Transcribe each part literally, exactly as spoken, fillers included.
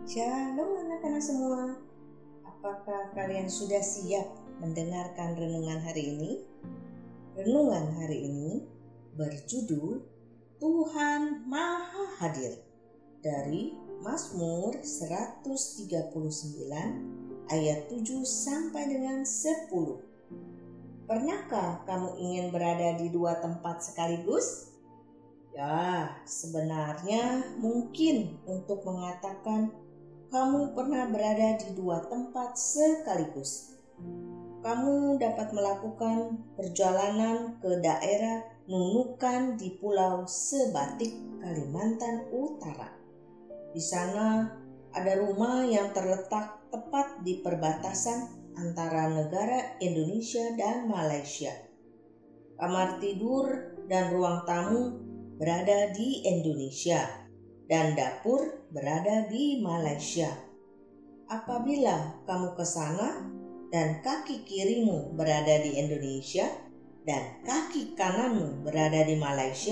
Shalom anak-anak semua. Apakah kalian sudah siap mendengarkan renungan hari ini? Renungan hari ini berjudul Tuhan Maha Hadir dari Mazmur seratus tiga puluh sembilan ayat tujuh sampai dengan sepuluh. Pernahkah kamu ingin berada di dua tempat sekaligus? Ya, sebenarnya mungkin untuk mengatakan kamu pernah berada di dua tempat sekaligus. Kamu dapat melakukan perjalanan ke daerah Nunukan di Pulau Sebatik, Kalimantan Utara. Di sana ada rumah yang terletak tepat di perbatasan antara negara Indonesia dan Malaysia. Kamar tidur dan ruang tamu berada di Indonesia dan dapur berada di Malaysia. Apabila kamu ke sana dan kaki kirimu berada di Indonesia dan kaki kananmu berada di Malaysia,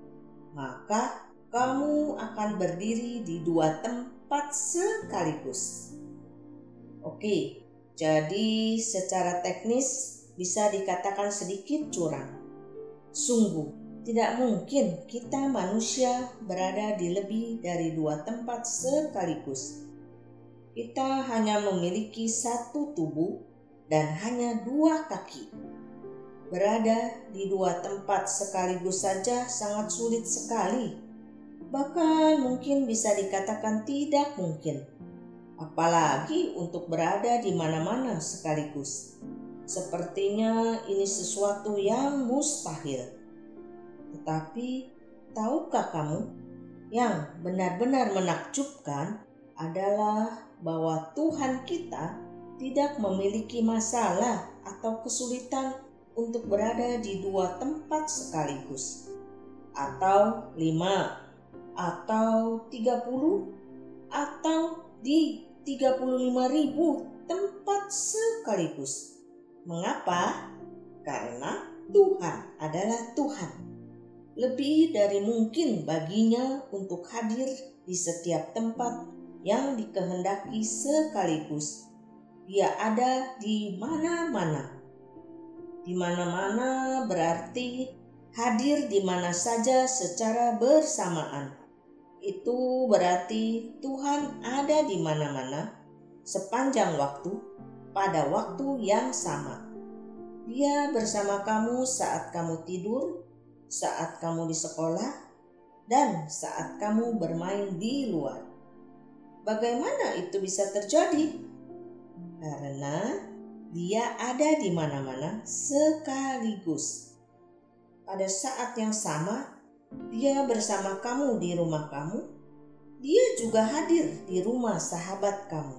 maka kamu akan berdiri di dua tempat sekaligus. Oke, jadi secara teknis bisa dikatakan sedikit curang. Sungguh tidak mungkin kita manusia berada di lebih dari dua tempat sekaligus. Kita hanya memiliki satu tubuh dan hanya dua kaki. Berada di dua tempat sekaligus saja sangat sulit sekali. Bahkan mungkin bisa dikatakan tidak mungkin. Apalagi untuk berada di mana-mana sekaligus. Sepertinya ini sesuatu yang mustahil. Tetapi tahukah kamu, yang benar-benar menakjubkan adalah bahwa Tuhan kita tidak memiliki masalah atau kesulitan untuk berada di dua tempat sekaligus, atau lima, atau tiga puluh, atau di tiga puluh lima ribu tempat sekaligus. Mengapa? Karena Tuhan adalah Tuhan. Lebih dari mungkin baginya untuk hadir di setiap tempat yang dikehendaki sekaligus. Dia ada di mana-mana. Di mana-mana berarti hadir di mana saja secara bersamaan. Itu berarti Tuhan ada di mana-mana sepanjang waktu pada waktu yang sama. Dia bersama kamu saat kamu tidur, saat kamu di sekolah, dan saat kamu bermain di luar. Bagaimana itu bisa terjadi? Karena Dia ada di mana-mana sekaligus. Pada saat yang sama, Dia bersama kamu di rumah kamu. Dia juga hadir di rumah sahabat kamu.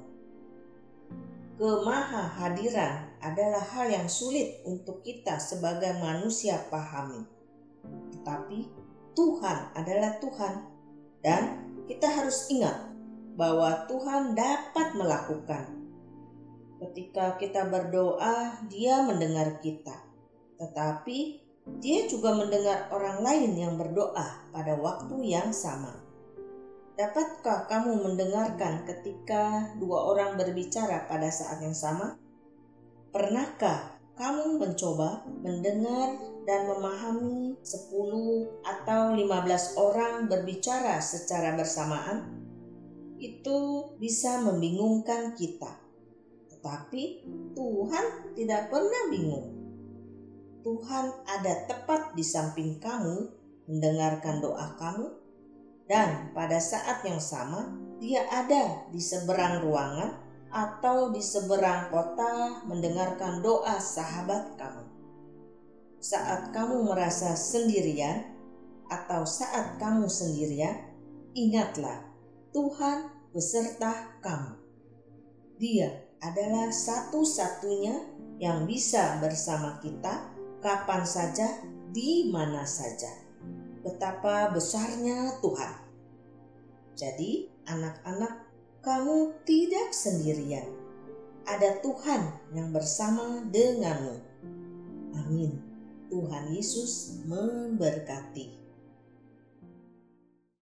Kemahahadiran adalah hal yang sulit untuk kita sebagai manusia pahami. Tetapi Tuhan adalah Tuhan, dan kita harus ingat bahwa Tuhan dapat melakukan. Ketika kita berdoa, Dia mendengar kita, tetapi Dia juga mendengar orang lain yang berdoa pada waktu yang sama. Dapatkah kamu mendengarkan ketika dua orang berbicara pada saat yang sama? Pernahkah kamu mencoba mendengar dan memahami sepuluh atau lima belas orang berbicara secara bersamaan? Itu bisa membingungkan kita. Tetapi Tuhan tidak pernah bingung. Tuhan ada tepat di samping kamu, mendengarkan doa kamu, dan pada saat yang sama Dia ada di seberang ruangan atau di seberang kota mendengarkan doa sahabat kamu. Saat kamu merasa sendirian atau saat kamu sendirian, ingatlah Tuhan beserta kamu. Dia adalah satu-satunya yang bisa bersama kita kapan saja, di mana saja. Betapa besarnya Tuhan. Jadi anak-anak, kamu tidak sendirian. Ada Tuhan yang bersama denganmu. Amin. Tuhan Yesus memberkati.